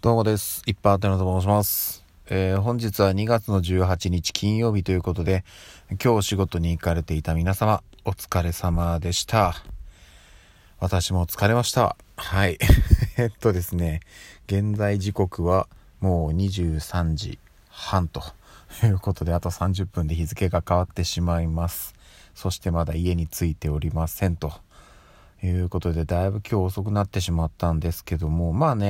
どうもです。いっぱいあってのと申します。本日は2月の18日金曜日ということで、今日お仕事に行かれていた皆様、お疲れ様でした。私も疲れました。はい。ですね、現在時刻はもう23時半ということで、あと30分で日付が変わってしまいます。そしてまだ家に着いておりませんということで、だいぶ今日遅くなってしまったんですけども、まあね、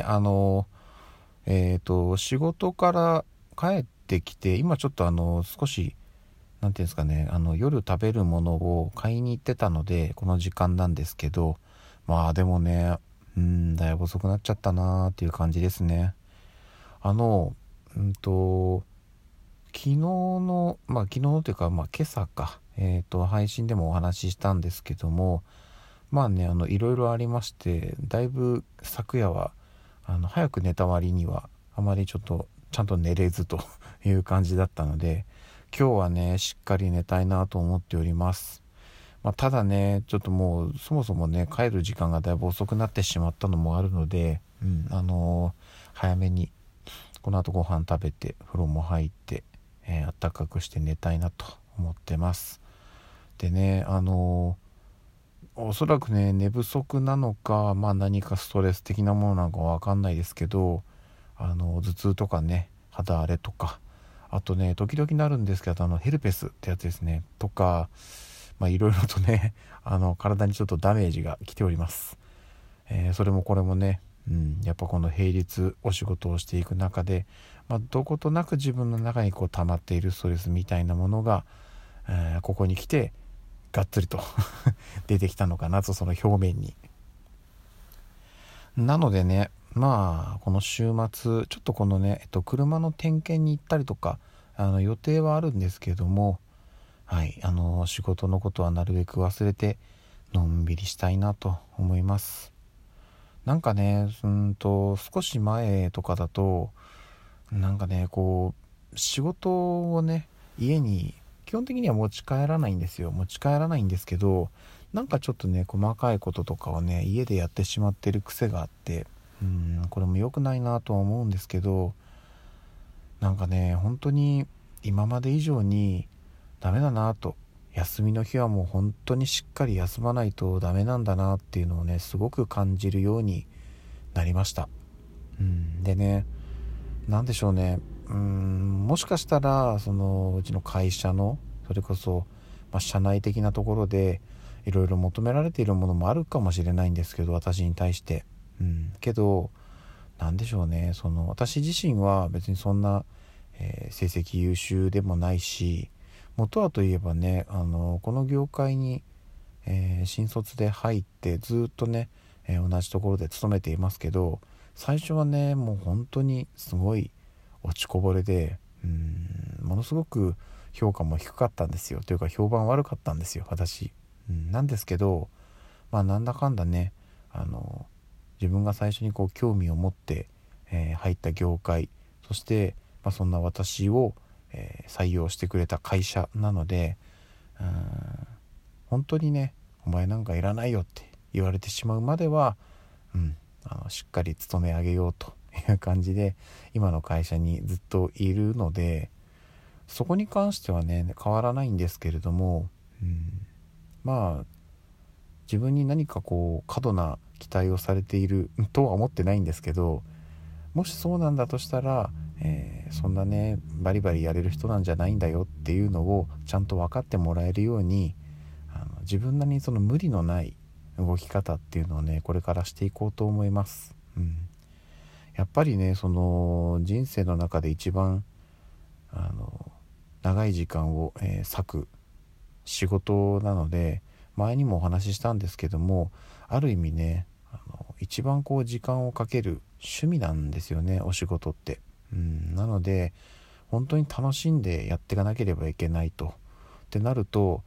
仕事から帰ってきて、今ちょっと少し、なんていうんですかね、夜食べるものを買いに行ってたので、この時間なんですけど、まあでもね、だいぶ遅くなっちゃったなーっていう感じですね。あの、昨日の、昨日のというか、今朝か、配信でもお話ししたんですけども、まあね、いろいろありまして、だいぶ昨夜は、早く寝た割には、あまりちゃんと寝れずという感じだったので、今日はね、しっかり寝たいなと思っております。ただね、ちょっともう、そもそもね、帰る時間がだいぶ遅くなってしまったのもあるので、早めに、この後ご飯食べて、風呂も入って、暖かくして寝たいなと思ってます。でね、おそらくね、寝不足なのか、何かストレス的なものなのかわかんないですけど、頭痛とかね、肌荒れとか、あとね、時々なるんですけど、ヘルペスってやつですね、とか、いろいろとね、体にちょっとダメージが来ております。それもこれもね、やっぱこの平日お仕事をしていく中で、どことなく自分の中にこう溜まっているストレスみたいなものが、ここに来てがっつりと出てきたのかなと、その表面に。なのでね、この週末ちょっとこのね、車の点検に行ったりとか予定はあるんですけども、はい、仕事のことはなるべく忘れてのんびりしたいなと思います。なんかね、少し前とかだと、なんかね、こう仕事をね、家に基本的には持ち帰らないんですよ。持ち帰らないんですけど、なんかちょっとね、細かいこととかをね、家でやってしまってる癖があって、これも良くないなとは思うんですけど、なんかね、本当に今まで以上にダメだなと、休みの日はもう本当にしっかり休まないとダメなんだなっていうのをね、すごく感じるようになりました。でね、なんでしょうね、もしかしたらそのうちの会社のそれこそ、社内的なところでいろいろ求められているものもあるかもしれないんですけど、私に対して、けどなんでしょうね、その私自身は別にそんな、成績優秀でもないし、元はといえばね、この業界に、新卒で入ってずっとね、同じところで勤めていますけど、最初はね、もう本当にすごい落ちこぼれで、ものすごく評価も低かったんですよ。というか評判悪かったんですよ、私。なんですけど、なんだかんだね、自分が最初にこう興味を持って、入った業界、そして、そんな私を、採用してくれた会社なので、本当にね、お前なんかいらないよって言われてしまうまでは、しっかり勤め上げようという感じで今の会社にずっといるので、そこに関してはね変わらないんですけれども、自分に何かこう過度な期待をされているとは思ってないんですけど、もしそうなんだとしたら、そんなねバリバリやれる人なんじゃないんだよっていうのをちゃんと分かってもらえるように、自分なりにその無理のない動き方っていうのをね、これからしていこうと思います。やっぱりね、その人生の中で一番長い時間を、割く仕事なので、前にもお話ししたんですけども、ある意味ね、一番こう時間をかける趣味なんですよね、お仕事って。なので本当に楽しんでやっていかなければいけないとってなると、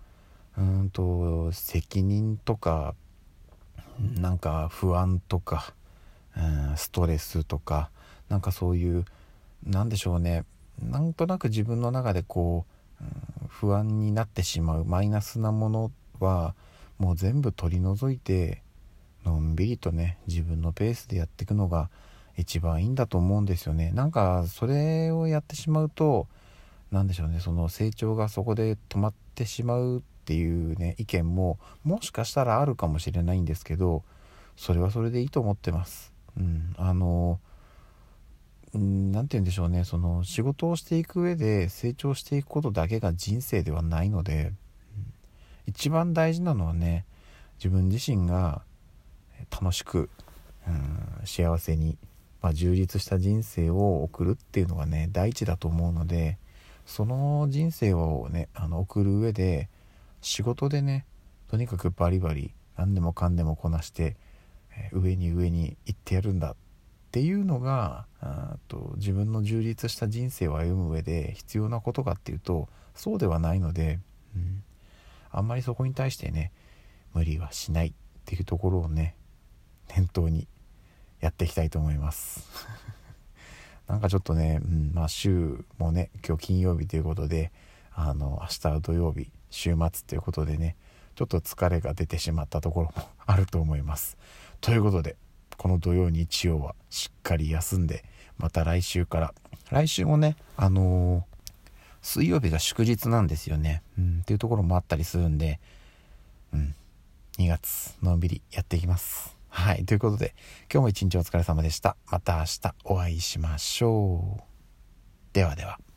責任とかなんか不安とか、ストレスとか、なんかそういう、なんでしょうね、なんとなく自分の中でこう、不安になってしまうマイナスなものはもう全部取り除いて、のんびりとね自分のペースでやっていくのが一番いいんだと思うんですよね。なんかそれをやってしまうと、なんでしょうね、その成長がそこで止まってしまうっていうね意見ももしかしたらあるかもしれないんですけど、それはそれでいいと思ってます。なんて言うんでしょうね、その仕事をしていく上で成長していくことだけが人生ではないので、一番大事なのはね、自分自身が楽しく、幸せに、充実した人生を送るっていうのがね第一だと思うので、その人生をね送る上で仕事でね、とにかくバリバリ何でもかんでもこなして、上に上に行ってやるんだっていうのが自分の充実した人生を歩む上で必要なことかっていうと、そうではないので、あんまりそこに対してね無理はしないっていうところをね念頭にやっていきたいと思いますなんかちょっとね、週もね今日金曜日ということで、明日は土曜日週末ということでね、ちょっと疲れが出てしまったところもあると思います。ということで、この土曜日曜はしっかり休んで、また来週もね水曜日が祝日なんですよね、っていうところもあったりするんで、2月のんびりやっていきます。はい、ということで今日も一日お疲れ様でした。また明日お会いしましょう。ではでは。